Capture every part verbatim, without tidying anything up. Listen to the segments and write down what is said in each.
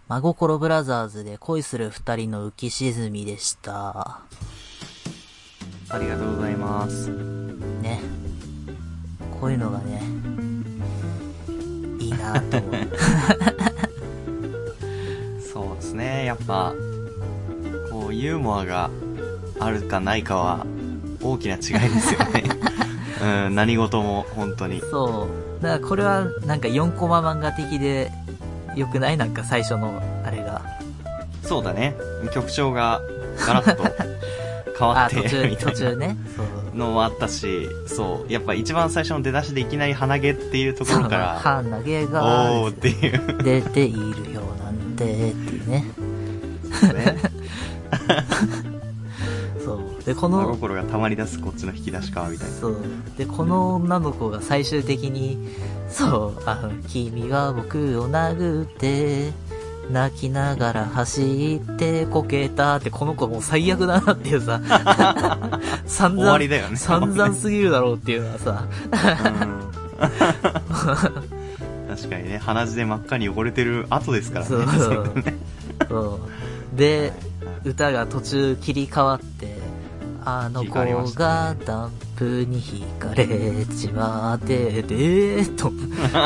真心ブラザーズで恋する二人の浮き沈みでした。 ありがとうございます。 ね。こういうのがね、いいなと思う。 そうですね。やっぱ、こう、ユーモアがあるかないかは大きな違いですよね。うん、何事も本当に。 そう。だからこれはなんかよんコマ漫画的で良くない？なんか最初のあれが。 そうだね。曲調がガラッと変わってあ、途中、 みたいな途中ね。そう。 のもあったし、そう。やっぱ一番最初の出だしでいきなり鼻毛っていうところから、 鼻毛が、 おーっていう出ているよなんてっていうね。 ね。 そう。で、この、 真心がたまり出すこっちの引き出しかみたいな。 そう。で、この女の子が最終的に、そう、あの、君は僕を殴って、泣きながら走ってこけたって、この子もう最悪だなっていうさ、散々、 終わりだよね。 散々すぎるだろうっていうのはさ、 うん、確かにね、鼻血で真っ赤に汚れてる後ですからね。 そうそうそうで、歌が途中切り替わって、あの子がダンプに惹かれちまってでーっと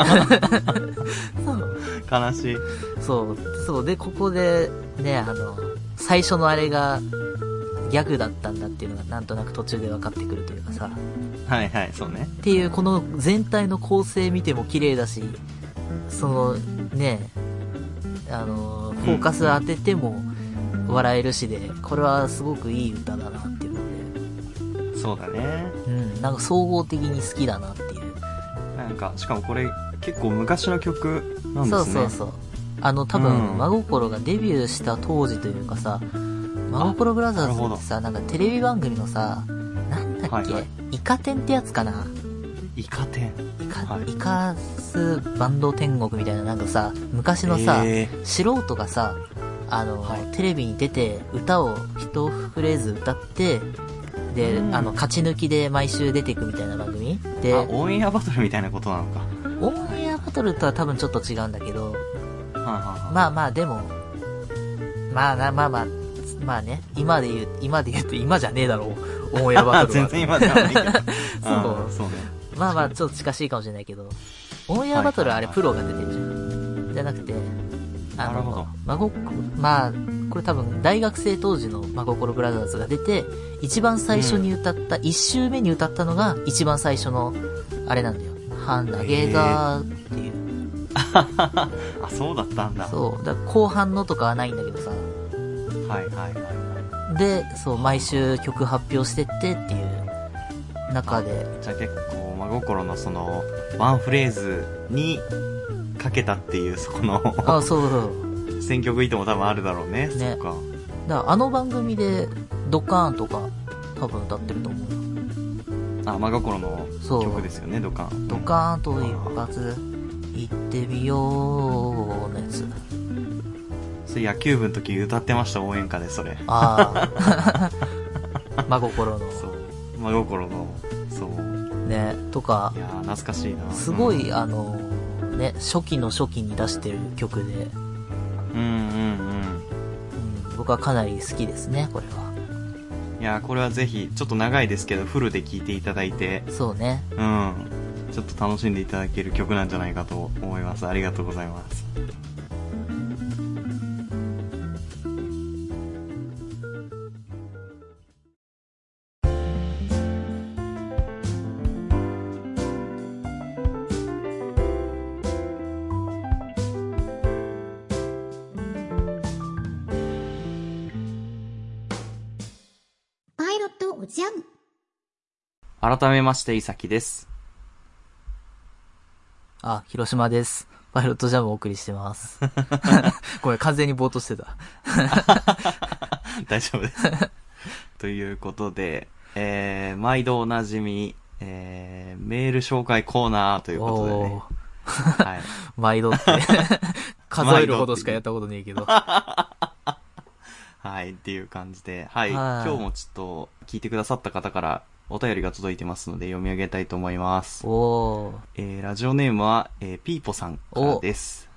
悲しい。 そうそうで、ここでね、あの最初のあれがギャグだったんだっていうのがなんとなく途中で分かってくるというかさ、 はいはい、そうね。 っていうこの全体の構成見ても綺麗だし、そのね、あのフォーカス当てても笑えるしで、これはすごくいい歌だなっていうので、 そうだね。 うん、なんか総合的に好きだなっていう。 なんかしかもこれ結構昔の曲なんですね。 そうそうそう。あの多分、うん、真心がデビューした当時というかさ、真心ブラザーズってさ、なんかテレビ番組のさ、なんだっけ、はいはい、イカ天ってやつかな。 イカ天。 イカ、はい、イカスバンド天国みたいな、なんかさ、昔のさ、えー、素人がさ、あの、はい、テレビに出て歌を一フレーズ歌って、で、うん、あの、勝ち抜きで毎週出ていくみたいな番組で、 あ、オンエアバトルみたいなことなのか。 オンエアバトルとは多分ちょっと違うんだけど、 はあはあ、 まあまあでも、まあな、まあまあ、まあね、今で言う、今で言うと今じゃねえだろう、オンエアバトルは。 全然今じゃないけど。そう、 そうね。まあまあちょっと近しいかもしれないけど、オンエアバトルはあれプロが出てるじゃん。はいはいはい、じゃなくて、あの、 なるほど。 真心、まあ、これ多分大学生当時の真心ブラザーズが出て、一番最初に歌った、一、うん、周目に歌ったのが一番最初の、あれなんだよ。鼻毛がっていう。 あ、そうだったんだ。 そう。だから後半のとかはないんだけどさ。 はいはいはい。 で、そう、毎週曲発表してってっていう中で。 じゃあ結構、真心のその、ワンフレーズにかけたっていう、そこの。 あ、そうそう。 選曲意図も多分あるだろうね。 ね。 そっか。 だからあの番組で、ドカーンとか、多分歌ってると思うよ。 あ、真心の曲ですよね、ドカーン。 ドカーンと一発、行ってみようのやつ。 それ野球部の時歌ってました、応援歌で、それ。 ああ。真心の。 そう。真心の、そう。 ね、とか。 いやー、懐かしいな。 すごい、うん、あの、ね、初期の初期に出してる曲で。 うんうんうん。うん、 僕はかなり好きですね、これは。 いやー、これはぜひ、ちょっと長いですけど、フルで聴いていただいて。 そうね。 うん。ちょっと楽しんでいただける曲なんじゃないかと思います。ありがとうございます。 パイロットおじゃん。 改めまして、いさきです。 あ、広島です。パイロットジャムをお送りしてます。ごめん、完全にぼーっとしてた。 大丈夫です。ということで、えー、毎度おなじみ、えー、メール紹介コーナーということでね。はい、 毎度って数えるほどしかやったことねえけど。 はい、っていう感じで、はい、今日もちょっと聞いてくださった方からお便りが届いてますので読み上げたいと思います。 おー。 えー、ラジオネームは、えー、ピーポさんからです。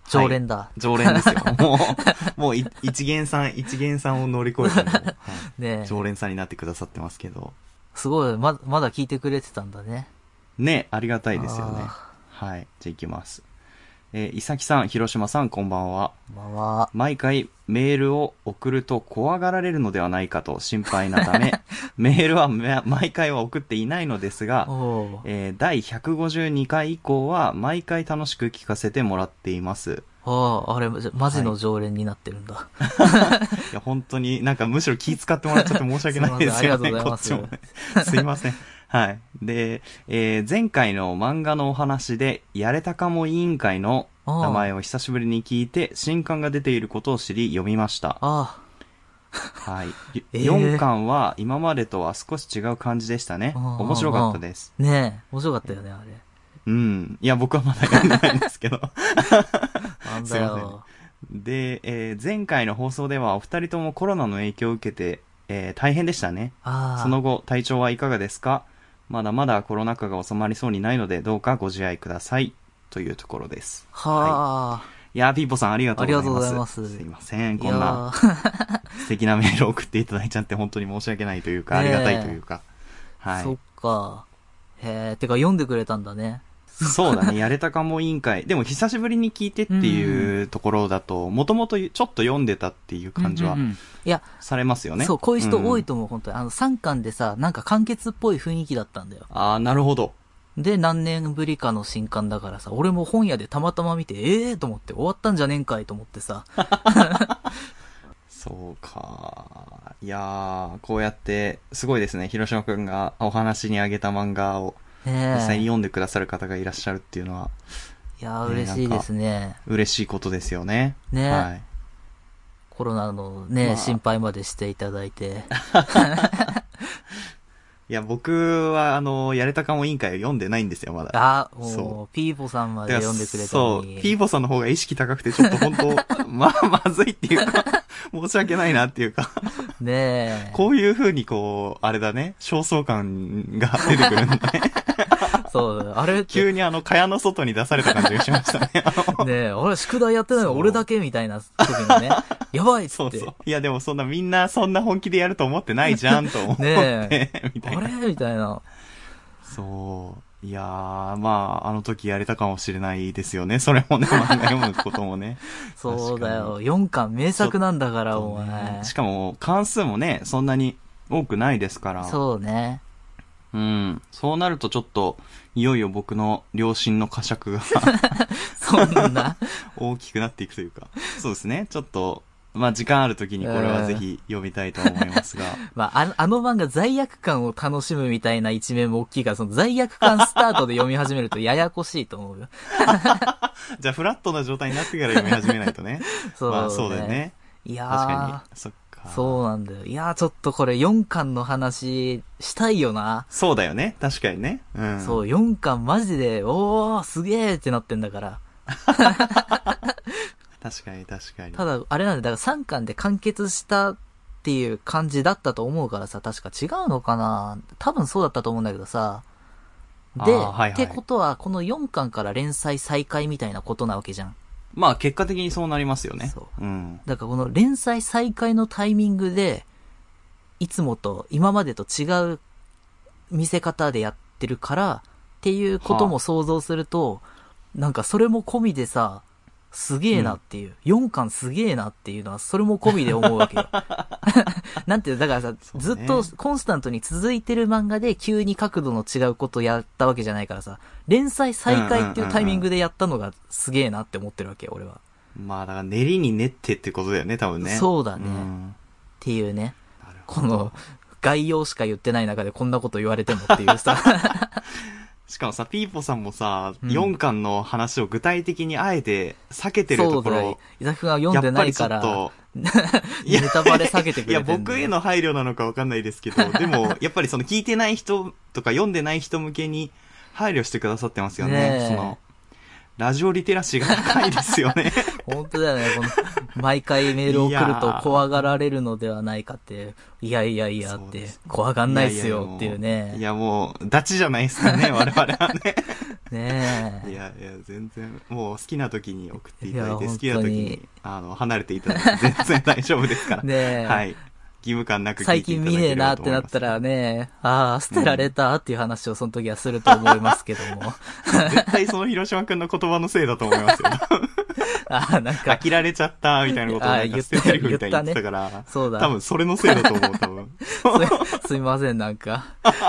常連だ。 はい、常連ですよ。もう、もう一元さん、一元さんを乗り越えても、はい、ね、常連さんになってくださってますけど。 すごい、ま、まだ聞いてくれてたんだね。 ね、ありがたいですよね。はい。じゃあ行きます。えー、いさきさん、広島さん、こんばんは。 こんばんは。 毎回メールを送ると怖がられるのではないかと心配なため、メールは毎回は送っていないのですが、えー、だいひゃくごじゅうにかい以降は毎回楽しく聞かせてもらっています。 ああ、あれ、マジの常連になってるんだ。 はい、いや、本当になんかむしろ気遣ってもらっちゃって申し訳ないですよね。 ありがとうございます。 こっちもね。すいません。はい。で、えー、前回の漫画のお話で、やれたかも委員会の名前を久しぶりに聞いて、新刊が出ていることを知り読みました。 ああ。はい。えー、よんかんは今までとは少し違う感じでしたね。面白かったです。 ねえ、面白かったよね、あれ。 うん。いや、僕はまだ読んでないんですけど。 なんだよ。 で、えー、前回の放送ではお二人ともコロナの影響を受けて、えー、大変でしたね。その後、体調はいかがですか？まだまだコロナ禍が収まりそうにないので、どうかご自愛ください。というところです。 はあ。 はい、いやー、ピーポさんありがとうございます。 ありがとうございます。 すいません。こんな素敵なメールを送っていただいちゃって本当に申し訳ないというか、ありがたいというか。はい。 そっか。へえ、てか読んでくれたんだね。 そうだね。やれたかも委員会。でも久しぶりに聞いてっていうところだと、もともとちょっと読んでたっていう感じは、いや、されますよね。 そう、こういう人多いと思う、本当に。あの、さんかんでさ、なんか完結っぽい雰囲気だったんだよ。 ああ、なるほど。 で、何年ぶりかの新刊だからさ、俺も本屋でたまたま見て、ええーと思って、終わったんじゃねえんかいと思ってさ。 そうか。いやー、こうやって、すごいですね。広島くんがお話にあげた漫画を、実際に読んでくださる方がいらっしゃるっていうのは、 いやー、ね、嬉しいですね。 嬉しいことですよね。 ね、 はい。 コロナのね、まあ、心配までしていただいて。 いや、僕は、あの、やれたかも委員会を読んでないんですよ、まだ。 あ、もう、ピーポさんまで読んでくれたのに。 そう、ピーポさんの方が意識高くて、ちょっと本当まあ、まずいっていうか、申し訳ないなっていうか。 ねえ。 こういう風にこう、あれだね、焦燥感が出てくるんだね。 そう、あれ急にあの、蚊帳の外に出された感じがしましたね。 ねえ、あれ、宿題やってないの俺だけみたいな時にね、やばいっつって。そうそう。 いや、でもそんなみんなそんな本気でやると思ってないじゃんと思って。ねえ。みたいな。 あれみたいな。 そう。いやー、まあ、あの時やれたかもしれないですよね。それもね、漫画読むこともね。 そうだよ。よんかん名作なんだから、お前。 しかも、関数もね、そんなに多くないですから。 そうね。 うん。そうなるとちょっと、いよいよ僕の良心の呵責がそんな大きくなっていくというか。そうですね。ちょっと、まあ時間ある時にこれはぜひ読みたいと思いますが。 まあ、あの、あの漫画罪悪感を楽しむみたいな一面も大きいから、その罪悪感スタートで読み始めるとややこしいと思うよ。 じゃあフラットな状態になってから読み始めないとね。そう、ね。まあそうだよね。 いやー。 確かに。そっか。 そうなんだよ。いやーちょっとこれよんかんの話したいよな。 そうだよね。確かにね。うん。 そう、よんかんマジで、おー、すげーってなってんだから。 確かに確かに。 ただ、あれなんだ、だからさんかんで完結したっていう感じだったと思うからさ、確か違うのかな？多分そうだったと思うんだけどさ。で、はいはい、ってことは、このよんかんから連載再開みたいなことなわけじゃん。 まあ結果的にそうなりますよね。 そう。うん。だからこの連載再開のタイミングで、いつもと、今までと違う見せ方でやってるから、っていうことも想像すると、はあ、なんかそれも込みでさ、すげえなっていう、うん、よんかんすげえなっていうのは、それも込みで思うわけよ。なんていう、だからさ、ね、ずっとコンスタントに続いてる漫画で急に角度の違うことをやったわけじゃないからさ、連載再開っていうタイミングでやったのがすげえなって思ってるわけよ、俺は。 まあだから練りに練ってってことだよね、多分ね。 そうだね。うん、っていうね。この、概要しか言ってない中でこんなこと言われてもっていうさ。 しかもさ、ピーポさんもさ、うん、よんかんの話を具体的にあえて避けてるところ。そうだよ。 伊沢くんは読んでないから。やっぱりちょっとネタバレ避けてくれてる。いや、 僕への配慮なのかわかんないですけど、でも、やっぱりその聞いてない人とか読んでない人向けに配慮してくださってますよね。ねその、 ラジオリテラシーが高いですよね。 本当だよね。この毎回メールを送ると怖がられるのではないかって、いやいやいやって、怖がんないっすよっていうね。 いやもう、ダチじゃないですかね、我々はね。 ねえ。 いやいや、全然、もう好きな時に送っていただいて、好きな時に、あの、離れていただいて全然大丈夫ですから。 ねえ。 はい。義務感なく聞いていただければと思います。最近見ねえなってなったらね、ああ、捨てられたっていう話をその時はすると思いますけども。 絶対その広島くんの言葉のせいだと思いますよ。 ああ、なんか。 飽きられちゃったみたいなことをなんか捨て台詞みたいに言ってたから、ね、 そうだ。 多分それのせいだと思う、多分。 す, すみません、なんか。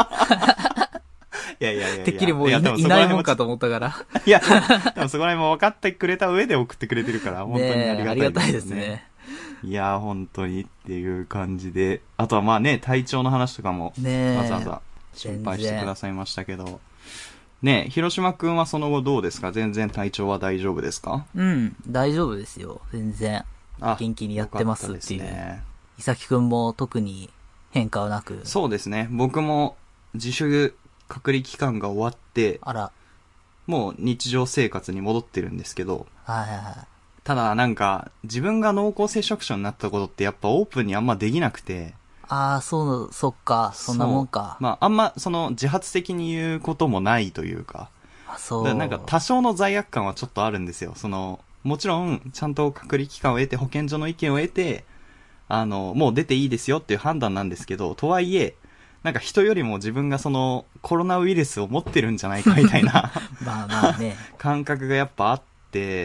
いやいやいやいや。 てっきりもう い, い, いないもんかと思ったから。 いや、多分そこら辺も分かってくれた上で送ってくれてるから、本当にありがたいですね。ありがたいですね。いやー、本当にっていう感じで。あとはまあね、体調の話とかも、わざわざ心配してくださいましたけど。ねえ、広島くんはその後どうですか？全然体調は大丈夫ですか？ うん、大丈夫ですよ。全然。元気にやってますっていう。ね、伊崎くんも特に変化はなく。 そうですね。僕も自主隔離期間が終わって、 あら。 もう日常生活に戻ってるんですけど。 はいはいはい。 ただなんか、自分が濃厚接触者になったことってやっぱオープンにあんまできなくて。 ああ、そう、そっか、そんなもんか。 まあ、あんま、その、自発的に言うこともないというか。 あ、そう。 なんか、多少の罪悪感はちょっとあるんですよ。その、もちろん、ちゃんと隔離期間を得て、保健所の意見を得て、あの、もう出ていいですよっていう判断なんですけど、とはいえ、なんか人よりも自分がその、コロナウイルスを持ってるんじゃないかみたいなまあまあね。 感覚がやっぱあって、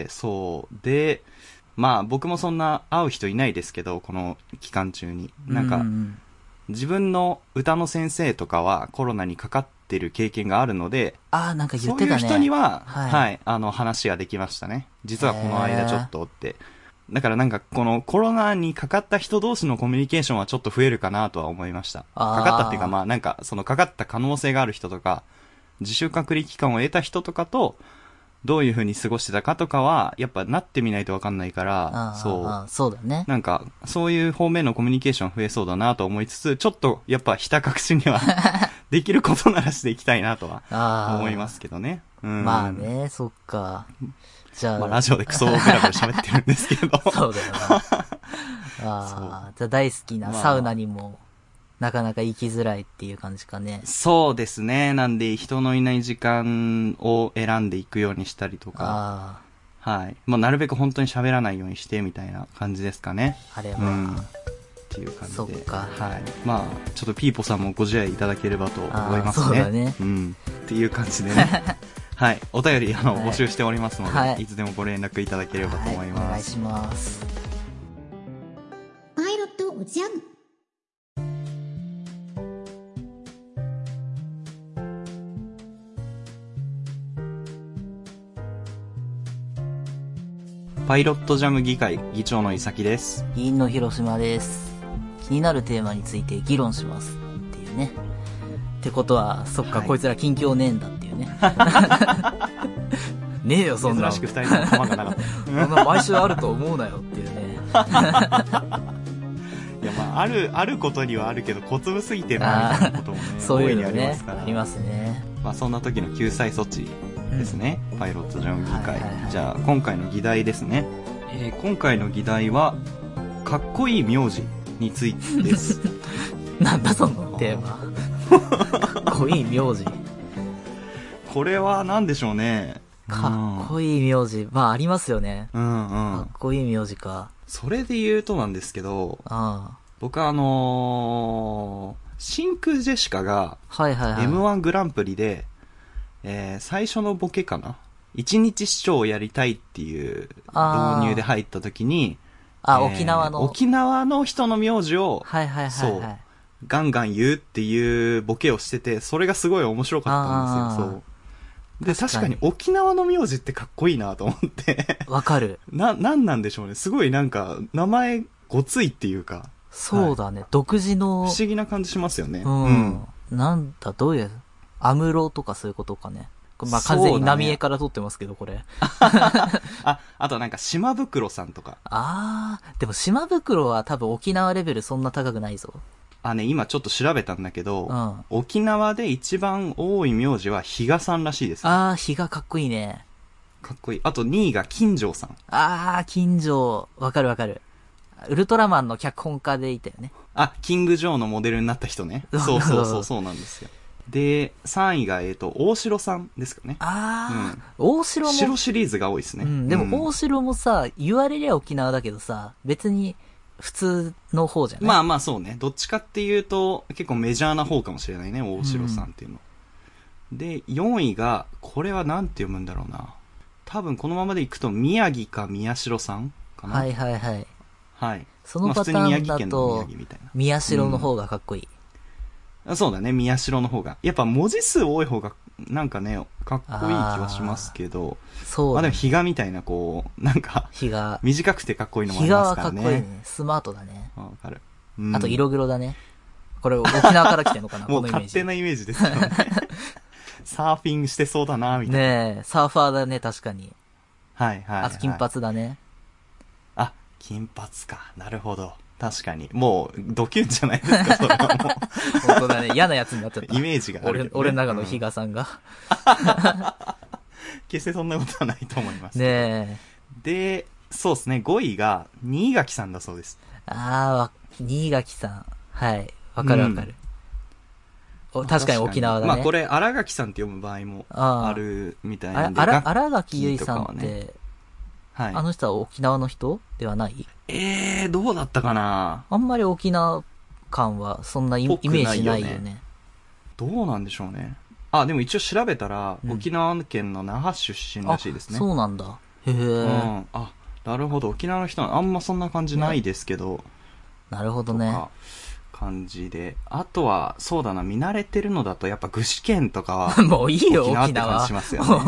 そう。で、まあ僕もそんな会う人いないですけど、この期間中に。なんか、自分の歌の先生とかはコロナにかかってる経験があるので、 ああ、なんか言ってたね。 そういう人には、はい、はい、あの話ができましたね。実はこの間ちょっとって。だからなんかこのコロナにかかった人同士のコミュニケーションはちょっと増えるかなとは思いました。かかったっていうかまあなんかそのかかった可能性がある人とか、自主隔離期間を得た人とかと、どういう風に過ごしてたかとかは、やっぱなってみないとわかんないから、そう。 あそうだね。 なんか、そういう方面のコミュニケーション増えそうだなと思いつつ、ちょっとやっぱひた隠しにはできることならしていきたいなとは思いますけどね。うん、 まあね、そっか。じゃあ。 まあラジオでクソベラベラ喋ってるんですけど。 そうだよな。ああ、じゃあ大好きなサウナにも、まあなかなか行きづらいっていう感じかね。 そうですね。なんで人のいない時間を選んでいくようにしたりとか。はい。もうなるべく本当に喋らないようにしてみたいな感じですかね。 あれは。 うん。っていう感じで。 そっか。 はい。まあ、ちょっとピーポさんもご自愛いただければと思いますね。 そうだね。 うん。っていう感じでね。はい。お便り、あの、はい、募集しておりますので、はい、いつでもご連絡いただければと思います。はい、 お願いします。 パイロットおじゃん。 パイロットジャム議会議長の伊崎です。 議員の広島です。気になるテーマについて議論しますっていうね。ってことは、そっか、はい、こいつら近況ねえんだっていうね。ねえよ、そんな。 珍しく二人の玉がなかった。 そんな毎週あると思うなよっていうね。 いや、まあ、ある、あることにはあるけど、小粒すぎてな、みたいなこともね、 そういうのね、ありますから。 ありますね。 まあ、そんな時の救済措置ですね。うん、パイロットジャム議会。はいはいはい、じゃあ、今回の議題ですね。えー、今回の議題は、かっこいい名字についてです。 なんだそのテーマ。かっこいい名字。 これは何でしょうね。 かっこいい名字。まあ、ありますよね。 うんうん。 かっこいい名字か。 それで言うとなんですけど、 ああ僕はあのー、真空ジェシカが、 はいはいはい。 エムワン グランプリで、えー、最初のボケかな一日市長をやりたいっていう導入で入った時に、 あ、えー、沖縄の。 沖縄の人の名字を、 はいはいはい、はい。 そう。ガンガン言うっていうボケをしてて、それがすごい面白かったんですよ、そう。で、確かに沖縄の名字ってかっこいいなと思って。 わかる。 な、なんなんでしょうね。すごいなんか、名前ごついっていうか。 そうだね。はい、独自の。 不思議な感じしますよね。 うん。うん、なんだ、どういう、アムロとかそういうことかね。まあ、完全に浪江から撮ってますけど、これ。 あ、あとなんか、島袋さんとか。 あー、でも島袋は多分沖縄レベルそんな高くないぞ。 あ、ね、今ちょっと調べたんだけど、 うん、 沖縄で一番多い名字は比嘉さんらしいです、ね。 あー、比嘉かっこいいね。 かっこいい。あとにいが金城さん。 あー、金城、わかるわかる。ウルトラマンの脚本家でいたよね。 あ、キングジョーのモデルになった人ね。そうそうそう、そうなんですよ。で、さんいが、えっと、大城さんですかね。 あー、うん、大城も。 城シリーズが多いですね。 うん、でも大城もさ、言われりゃ沖縄だけどさ、別に普通の方じゃない？ まあまあそうね。どっちかっていうと、結構メジャーな方かもしれないね、大城さんっていうの。うん、で、よんいが、これはなんて読むんだろうな。多分このままでいくと、宮城か宮代さんかな。 はいはいはい。 はい。 そのパターンだと、宮代の方がかっこいい。 うん、そうだね、宮代の方が。やっぱ文字数多い方が、なんかね、かっこいい気はしますけど。 そう、ね。 まあでも、比嘉みたいな、こう、なんか、 比嘉。短くてかっこいいのもありますからね。 比嘉はかっこいいね。スマートだね。 わかる。 うん、あと、色黒だね。これ、沖縄から来てんのかなもう勝手なイメージですよね。サーフィンしてそうだな、みたいな。 ねえ、サーファーだね、確かに。 はいはい、はい。 あと、金髪だね。 あ、金髪か。なるほど。確かに。もう、ドキュンじゃないですか、それはもう。 本当だね。嫌なやつになっちゃった。 イメージがある、ね。 俺、俺の中の比嘉さんが。 決してそんなことはないと思います。 ねえ。 で、そうですね、ごいが、新垣さんだそうです。 ああ、新垣さん。はい。わかるわかる。うん、確かに沖縄だね。 まあこれ、新垣さんって読む場合もあるみたいなんで。 あら、新垣結衣さんって、はい、あの人は沖縄の人ではない？ ええー、どうだったかな。 あんまり沖縄感はそんなイメージないよね。 どうなんでしょうね。あ、でも一応調べたら、うん、沖縄県の那覇出身らしいですね。 そうなんだ。へえ、うん。 あ、なるほど。沖縄の人はあんまそんな感じないですけど。ね、 なるほどね。 感じで。あとは、そうだな、見慣れてるのだと、やっぱ具志堅とかは。 もういいよ、 沖縄って感じしますよね。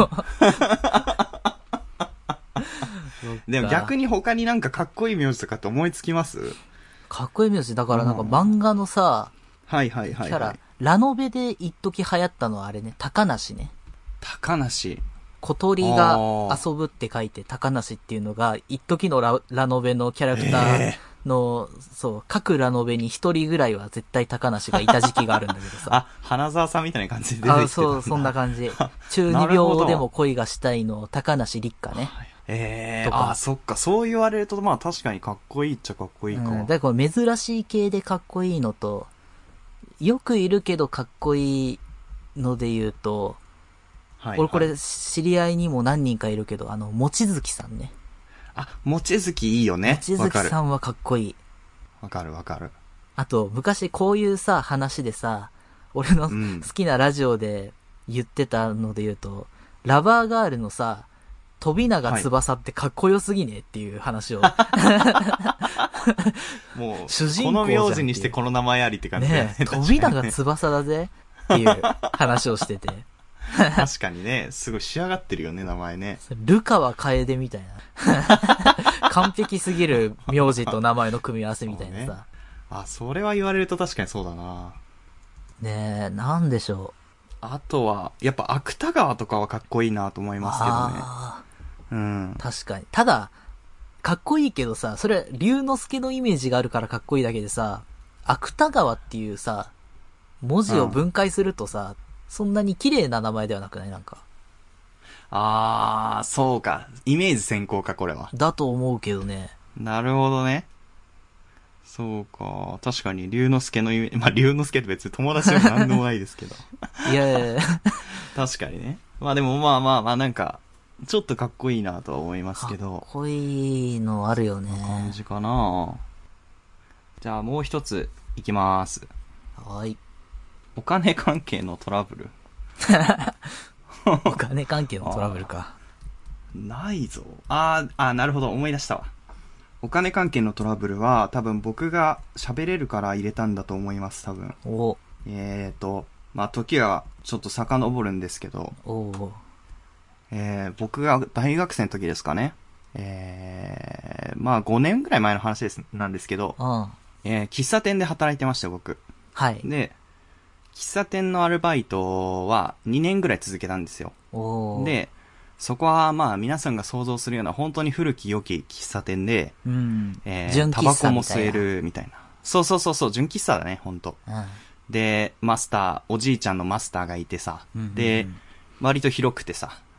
でも逆に他になんかかっこいい名字とかって思いつきます？ かっこいい名字だからなんか漫画のさ、 うん、はいはいはい、はい、 キャラ、ラノベで一時流行ったのはあれね、高梨ね。 高梨。 小鳥が遊ぶって書いて高梨っていうのが、一時の ラ, ラノベのキャラクターの、えー、そう、各ラノベに一人ぐらいは絶対高梨がいた時期があるんだけどさ。 あ、花沢さんみたいな感じで出てきてたんだ。 あ、そう、そんな感じ。中二病でも恋がしたいの高梨立花ね。 ええー、あ、そっか、そう言われると、まあ確かにかっこいいっちゃかっこいいか。うん、 だから珍しい系でかっこいいのと、よくいるけどかっこいいので言うと、はいはい、俺これ知り合いにも何人かいるけど、あの、もちづきさんね。 あ、もちづきいいよね。 もちづきさんはかっこいい。 わかるわかる。 あと、昔こういうさ、話でさ、俺の好きなラジオで言ってたので言うと、うん、ラバーガールのさ、飛永翼ってかっこよすぎねっていう話を。はい、もう、主人公この名字にしてこの名前ありって感じだよね。 ね、飛永翼だぜっていう話をしてて。 確かにね、すごい仕上がってるよね、名前ね。 ルカワ楓みたいな。完璧すぎる名字と名前の組み合わせみたいなさ。ね、 あ、それは言われると確かにそうだな。 ねえ、なんでしょう。 あとは、やっぱ芥川とかはかっこいいなと思いますけどね。あうん。 確かに。ただ、かっこいいけどさ、それは龍之介のイメージがあるからかっこいいだけでさ、芥川っていうさ、文字を分解するとさ、うん、そんなに綺麗な名前ではなくない？なんか。 あー、そうか。イメージ先行か、これは。 だと思うけどね。 なるほどね。そうか。確かに、龍之介のイメージ、まあ、龍之介って別に友達でもなんでもないですけど。 いやいやいや。 確かにね。まあでもまあまあまあなんか、ちょっとかっこいいなとは思いますけど。 かっこいいのあるよね。 こんな感じかな。じゃあもう一ついきます。 はい。 お金関係のトラブル。 お金関係のトラブルか。 ないぞ。あー、あ、なるほど。思い出したわ。お金関係のトラブルは多分僕が喋れるから入れたんだと思います、多分。 おえーと、まあ、時はちょっと遡るんですけど。 おえー、僕が大学生の時ですかね。えー、まあごねんぐらい前の話です、なんですけど。 うん。 えー、喫茶店で働いてました、僕。 はい。 で、喫茶店のアルバイトはにねんぐらい続けたんですよ。 おで、そこはまあ皆さんが想像するような本当に古き良き喫茶店で、 うん、 えー、タバコも吸えるみたいな。そうそうそうそう、純喫茶だね、本当、 うん、 で、マスター、おじいちゃんのマスターがいてさ、 うんうんうん、 で、割と広くてさ、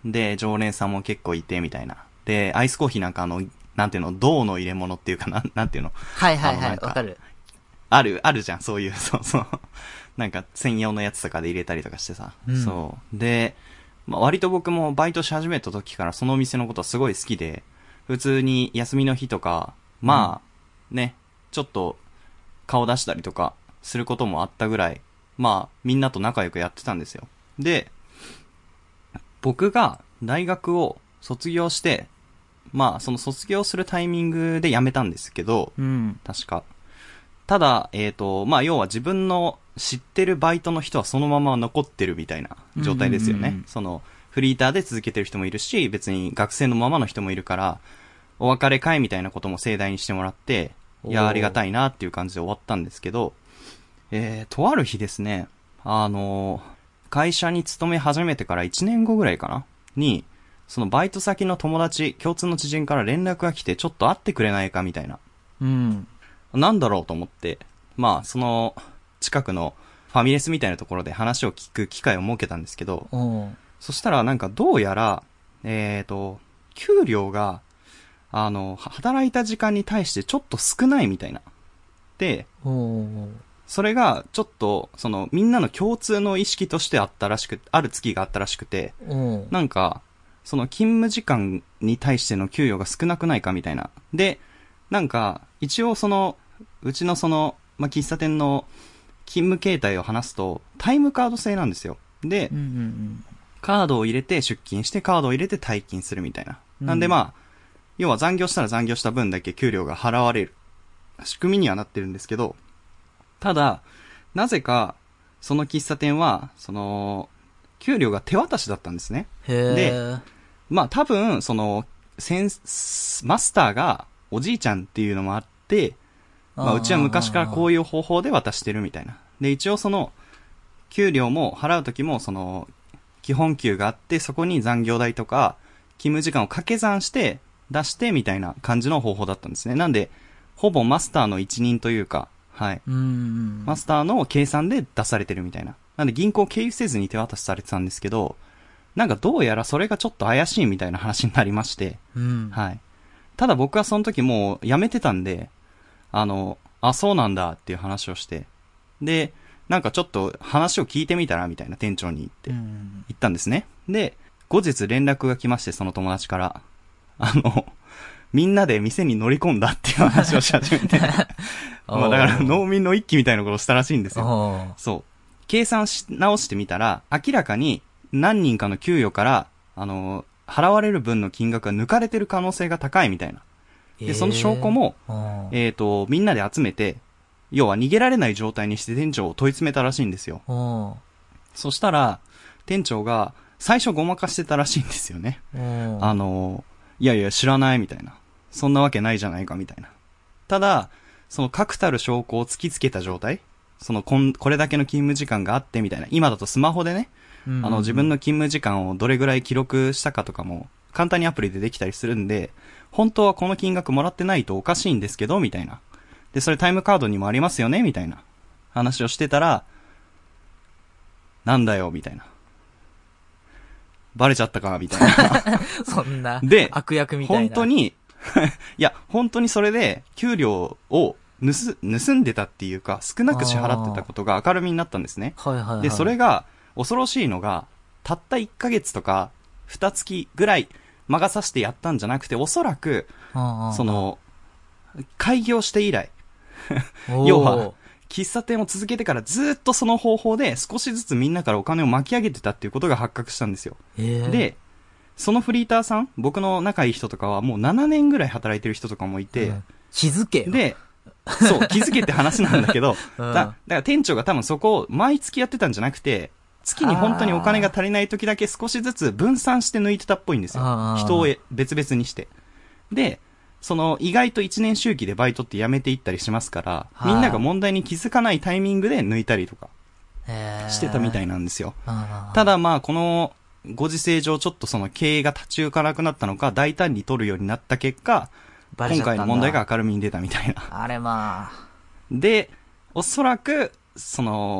で、常連さんも結構いて、みたいな。で、アイスコーヒーなんかあの、なんていうの、銅の入れ物っていうかな、なんていうの。 はいはいはい、わかる。 ある、あるじゃん、そういう、そうそう。なんか、専用のやつとかで入れたりとかしてさ。うん、そう。で、まあ、割と僕もバイトし始めた時からそのお店のことすごい好きで、普通に休みの日とか、まあ、うん、ね、ちょっと顔出したりとかすることもあったぐらい、まあ、みんなと仲良くやってたんですよ。で、僕が大学を卒業して、まあ、その卒業するタイミングで辞めたんですけど、 うん、 確か。ただ、えっと、まあ、要は自分の知ってるバイトの人はそのまま残ってるみたいな状態ですよね。うんうんうん、その、フリーターで続けてる人もいるし、別に学生のままの人もいるから、お別れ会みたいなことも盛大にしてもらって、いや、ありがたいなっていう感じで終わったんですけど、えー、とある日ですね、あの、会社に勤め始めてからいちねんごぐらいかなに、そのバイト先の友達、共通の知人から連絡が来て、ちょっと会ってくれないかみたいな。 うん。 なんだろうと思って、まあ、その、近くのファミレスみたいなところで話を聞く機会を設けたんですけど、そしたらなんかどうやら、えっと、給料が、あの、働いた時間に対してちょっと少ないみたいな。で、それがちょっと、その、みんなの共通の意識としてあったらしく、ある月があったらしくて、なんか、その勤務時間に対しての給与が少なくないかみたいな。で、なんか、一応その、うちのその、まあ、喫茶店の勤務形態を話すと、タイムカード制なんですよ。で、 うんうんうん、 カードを入れて出勤して、カードを入れて退勤するみたいな。うん、なんでまあ、要は残業したら残業した分だけ給料が払われる仕組みにはなってるんですけど、ただ、なぜか、その喫茶店は、その、給料が手渡しだったんですね。で、まあ多分、その、センス、マスターがおじいちゃんっていうのもあって、まあうちは昔からこういう方法で渡してるみたいな。で、一応その、給料も払うときも、その、基本給があって、そこに残業代とか、勤務時間を掛け算して出してみたいな感じの方法だったんですね。なんで、ほぼマスターの一任というか、はい。 うんうんマスターの計算で出されてるみたいな。なんで銀行経由せずに手渡しされてたんですけど、なんかどうやらそれがちょっと怪しいみたいな話になりまして、 うん、 はい。ただ僕はその時もう辞めてたんで、あの、あ、そうなんだっていう話をして、で、なんかちょっと話を聞いてみたらみたいな店長に言って、言ったんですね。で、後日連絡が来まして、その友達から、あの、みんなで店に乗り込んだっていう話をし始めて、まあだから農民の一揆みたいなことをしたらしいんですよ。そう。計算し直してみたら、明らかに何人かの給与から、あの、払われる分の金額が抜かれてる可能性が高いみたいな。で、その証拠も、えっと、みんなで集めて、要は逃げられない状態にして店長を問い詰めたらしいんですよ。そしたら、店長が最初ごまかしてたらしいんですよね。あの、いやいや知らないみたいな。そんなわけないじゃないかみたいな。ただ、その確たる証拠を突きつけた状態、そのこん、これだけの勤務時間があってみたいな。今だとスマホでね、うんうんうん、あの自分の勤務時間をどれぐらい記録したかとかも簡単にアプリでできたりするんで、本当はこの金額もらってないとおかしいんですけど、みたいな。で、それタイムカードにもありますよねみたいな話をしてたら、なんだよ、みたいな。バレちゃったかみたいな。 そんな。 で、 悪役みたいな。 本当に、いや、本当にそれで、給料を盗、盗んでたっていうか、少なく支払ってたことが明るみになったんですね。 はいはいはい。 で、それが、恐ろしいのが、たったいっかげつとか、にがつぐらい、魔が差してやったんじゃなくて、おそらく、その、開業して以来、要は、喫茶店を続けてからずっとその方法で少しずつみんなからお金を巻き上げてたっていうことが発覚したんですよ。で、そのフリーターさん、僕の仲いい人とかはもうななねんぐらい働いてる人とかもいて、うん、 気づけよ。 で、そう、気づけって話なんだけど、うん、だ、だから店長が多分そこを毎月やってたんじゃなくて、月に本当にお金が足りない時だけ少しずつ分散して抜いてたっぽいんですよ。人を別々にして。で、その意外といちねん周期でバイトって辞めていったりしますから、みんなが問題に気づかないタイミングで抜いたりとかしてたみたいなんですよ。ただまあこのご時世上ちょっとその経営が立ち行かなくなったのか大胆に取るようになった結果、今回の問題が明るみに出たみたいな。 あれまあ。 で、おそらくその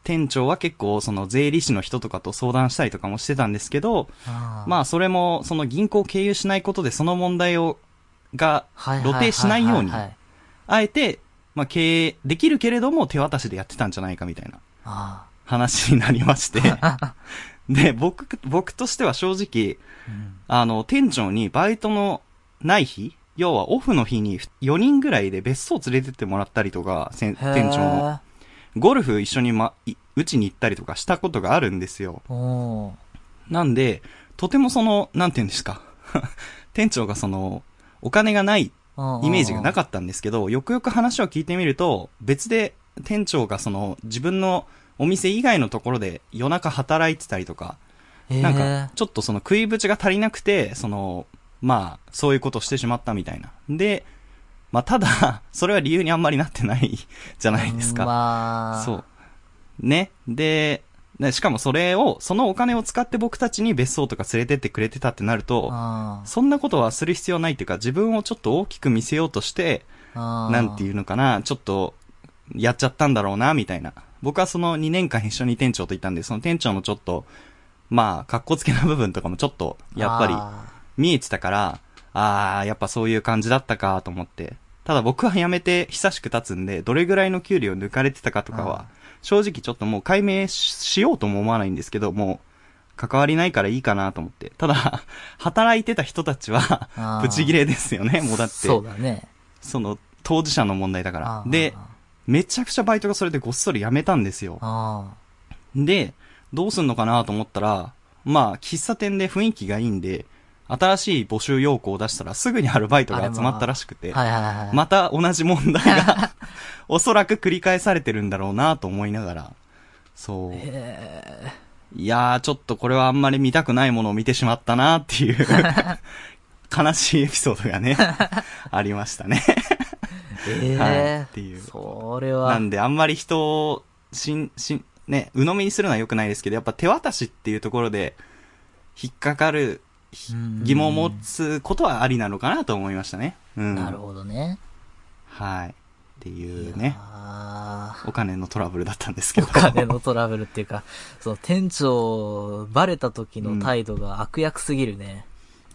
店長は結構その税理士の人とかと相談したりとかもしてたんですけど、あまあそれもその銀行を経由しないことでその問題を、が露呈しないように、あえて、まあ経営できるけれども手渡しでやってたんじゃないかみたいな話になりまして、で、僕、僕としては正直、うん、あの、店長にバイトのない日、要はオフの日によにんぐらいで別荘連れてってもらったりとか、店長の。ゴルフ一緒にま、打ちに行ったりとかしたことがあるんですよ。なんで、とてもその、なんて言うんですか。店長がその、お金がないイメージがなかったんですけど、よくよく話を聞いてみると、別で店長がその、自分のお店以外のところで夜中働いてたりとか、なんか、ちょっとその食いぶちが足りなくて、その、まあ、そういうことをしてしまったみたいな。で、まあ、ただ、それは理由にあんまりなってないじゃないですか。まあ、そう。ね。で、しかもそれを、そのお金を使って僕たちに別荘とか連れてってくれてたってなると、そんなことはする必要ないっていうか、自分をちょっと大きく見せようとして、なんていうのかな、ちょっと、やっちゃったんだろうな、みたいな。僕はそのにねんかん一緒に店長といたんで、その店長のちょっと、まあ、格好つけな部分とかもちょっと、やっぱり、見えてたから、ああ、やっぱそういう感じだったかと思って。ただ僕は辞めて久しく経つんで、どれぐらいの給料抜かれてたかとかは、正直ちょっともう解明しようとも思わないんですけど、もう、関わりないからいいかなと思って。ただ、働いてた人たちは、ブチギレですよね、もうだって。 そうだね。 その、当事者の問題だから。で、めちゃくちゃバイトがそれでごっそり辞めたんですよ。で、どうすんのかなと思ったら、まあ、喫茶店で雰囲気がいいんで、新しい募集要項を出したらすぐにアルバイトが集まったらしくて、ま, はいはいはい、また同じ問題がおそらく繰り返されてるんだろうなと思いながら、そう。いやー、ちょっとこれはあんまり見たくないものを見てしまったなっていう悲しいエピソードがね、ありましたね。 えー、はい。っていう。それは。 なんであんまり人を、しん、しん、ね、鵜呑みにするのは良くないですけど、やっぱ手渡しっていうところで引っかかる疑問を持つことはありなのかなと思いましたね。うん、 なるほどね。 はい。っていうね。お金のトラブルだったんですけど。お金のトラブルっていうか、その店長、バレた時の態度が悪役すぎるね。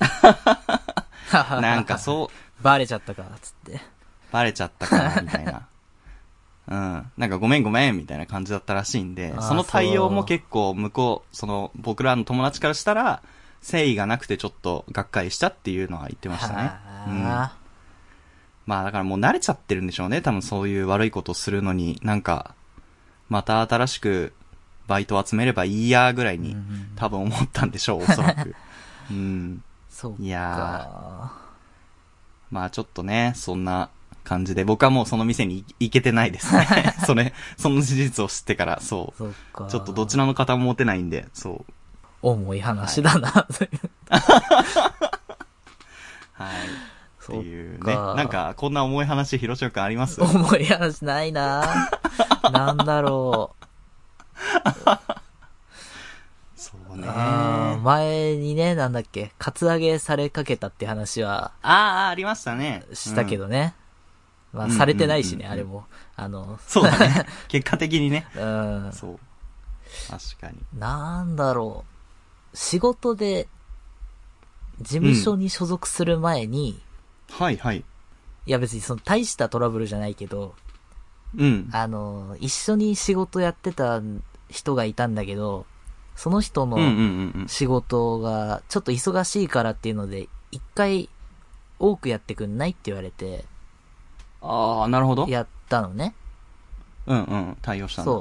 うん、なんかそう。 バレちゃったか、つって。 バレちゃったか、みたいな。うん。なんかごめんごめん、みたいな感じだったらしいんで、その対応も結構向こう、その僕らの友達からしたら、誠意がなくてちょっとがっかりしたっていうのは言ってましたね。うん、まあだからもう慣れちゃってるんでしょうね。多分そういう悪いことをするのに、なんか、また新しくバイトを集めればいいやぐらいに多分思ったんでしょう、おそらく。うん。 そうか。 いやー。まあちょっとね、そんな感じで、僕はもうその店に行けてないですね。それ、その事実を知ってから、そう。そうか。ちょっとどちらの方も持てないんで、そう。 重い話だな、はい。 はい。っていうね。なんか、こんな重い話、広島くんあります？ 重い話ないななんだろう。 そうね。 前にね、なんだっけ、カツアゲされかけたって話は。 ああ、ありましたね。 したけどね。うん、まあ、されてないしね、あれも。あの、 そうだね。結果的にね。 うん。 そう。確かに。 なんだろう。仕事で、事務所に所属する前に、 うん、はいはい。 いや別にその大したトラブルじゃないけど、 うん。 あの、一緒に仕事やってた人がいたんだけど、その人の仕事がちょっと忙しいからっていうので、一回多くやってくんないって言われて、 ああ、なるほど。 やったのね。 うんうん、対応したんだ。 そう。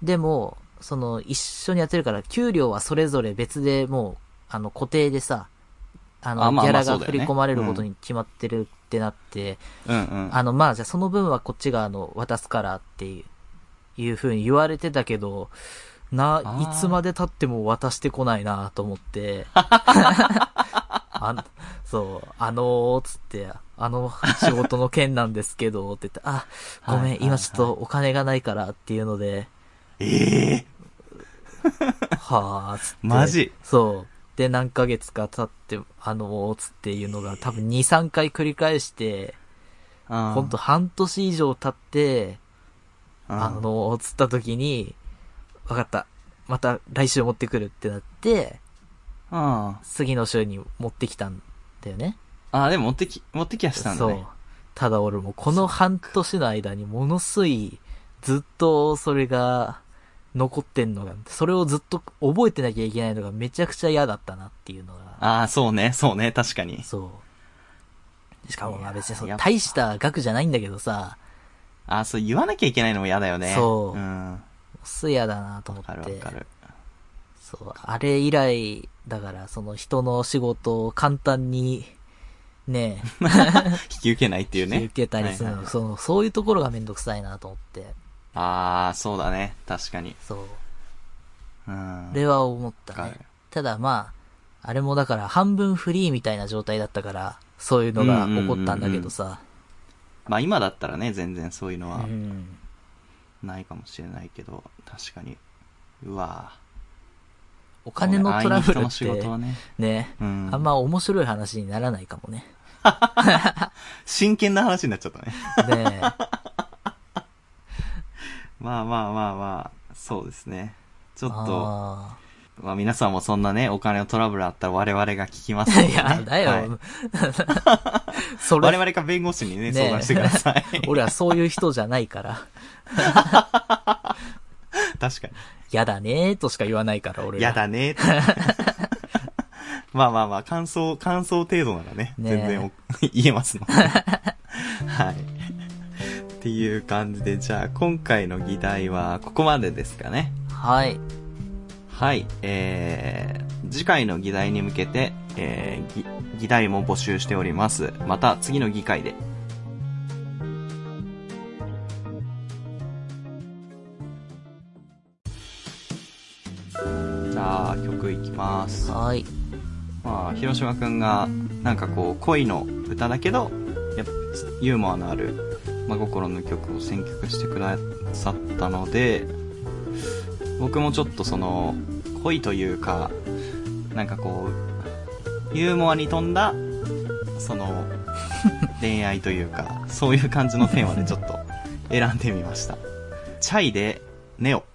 でも、その、一緒にやってるから、給料はそれぞれ別でもう、あの、固定でさ、あの、あまあまあギャラが振り込まれることに決まってるってなって、 うんうん、 あの、まあ、じゃあその分はこっちが、あの、渡すからっていう、いう風に言われてたけど、な、いつまで経っても渡してこないなと思って、あそう、あのー、つって、あの仕事の件なんですけど、って言って、あ、ごめん、はいはいはい、今ちょっとお金がないからっていうので、 ええー、はぁ、つって。 マジ？ そう。で、何ヶ月か経って、あのー、つっていうのが多分に、さんかい繰り返して、ほんと半年以上経って、あのー、つった時に、 わかった。また来週持ってくるってなって、 ああ。 次の週に持ってきたんだよね。 ああ、でも持ってき、持ってきやしたんだね。 そう。ただ俺もこの半年の間にものすい、ずっとそれが残ってんのが、それをずっと覚えてなきゃいけないのがめちゃくちゃ嫌だったなっていうのが。 ああ、そうね、そうね、確かに。 そう。しかもまあ別にそう、大した額じゃないんだけどさ。 ああ、そう言わなきゃいけないのも嫌だよね。 そう。 うん。 す嫌だなと思って。 わかるわかる。 そう。あれ以来、だからその人の仕事を簡単に、ねえ。 引き受けないっていうね。 引き受けたりするの、はいはい、その、そういうところがめんどくさいなと思って。 ああ、そうだね。確かに。 そう。 うん。 あれは思ったね。ただまあ、あれもだから半分フリーみたいな状態だったから、そういうのが起こったんだけどさ。うんうんうんうん、 まあ今だったらね、全然そういうのは、ないかもしれないけど、確かに。うわぁ。 お金のトラブルって、 ね、 ね、うん、あんま面白い話にならないかもね。 真剣な話になっちゃったね。 ねえ。 まあまあまあまあ、そうですね。ちょっと、あまあ皆さんもそんなね、お金のトラブルあったら我々が聞きますので、ね。 いや、だよ。はい、 それ我々か弁護士にね、相談してください。 俺はそういう人じゃないから。 確かに。 やだねーとしか言わないから俺は。 やだねーと。まあまあまあ、感想、感想程度ならね、ね全然言えますので。はい。っていう感じで、じゃあ今回の議題はここまでですかね。 はい。 はい。えー、次回の議題に向けて、えー、議題も募集しております。また次の議会で。じゃあ曲いきます。 はい。 まあ、広島くんが、なんかこう、恋の歌だけど、やっぱユーモアのある、真心の曲を選曲してくださったので、僕もちょっとその、恋というか、なんかこう、ユーモアに富んだ、その、恋愛というか、そういう感じのテーマでちょっと選んでみました。チャイで、ネオ。